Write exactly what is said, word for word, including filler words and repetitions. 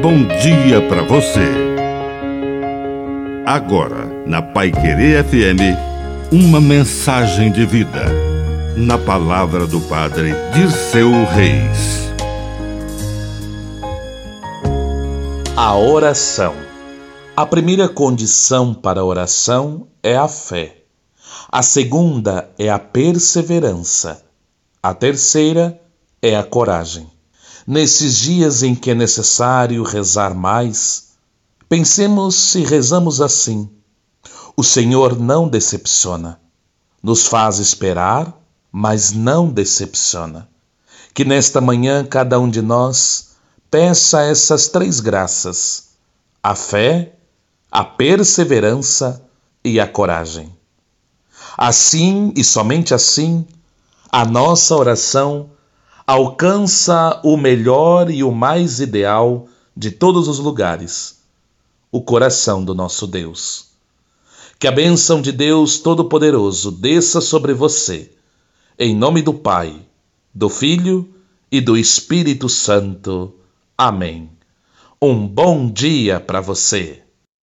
bom dia para você. Agora, na Paiquerê F M, uma mensagem de vida. Na palavra do Padre Dirceu Reis. A oração. A primeira condição para a oração é a fé. A segunda é a perseverança. A terceira é a coragem. Nesses dias em que é necessário rezar mais, pensemos se rezamos assim. O Senhor não decepciona. Nos faz esperar, mas não decepciona. Que nesta manhã cada um de nós peça essas três graças: a fé, a perseverança e a coragem. Assim, e somente assim, a nossa oração alcança o melhor e o mais ideal de todos os lugares, o coração do nosso Deus. Que a bênção de Deus Todo-Poderoso desça sobre você, em nome do Pai, do Filho e do Espírito Santo. Amém. Um bom dia para você.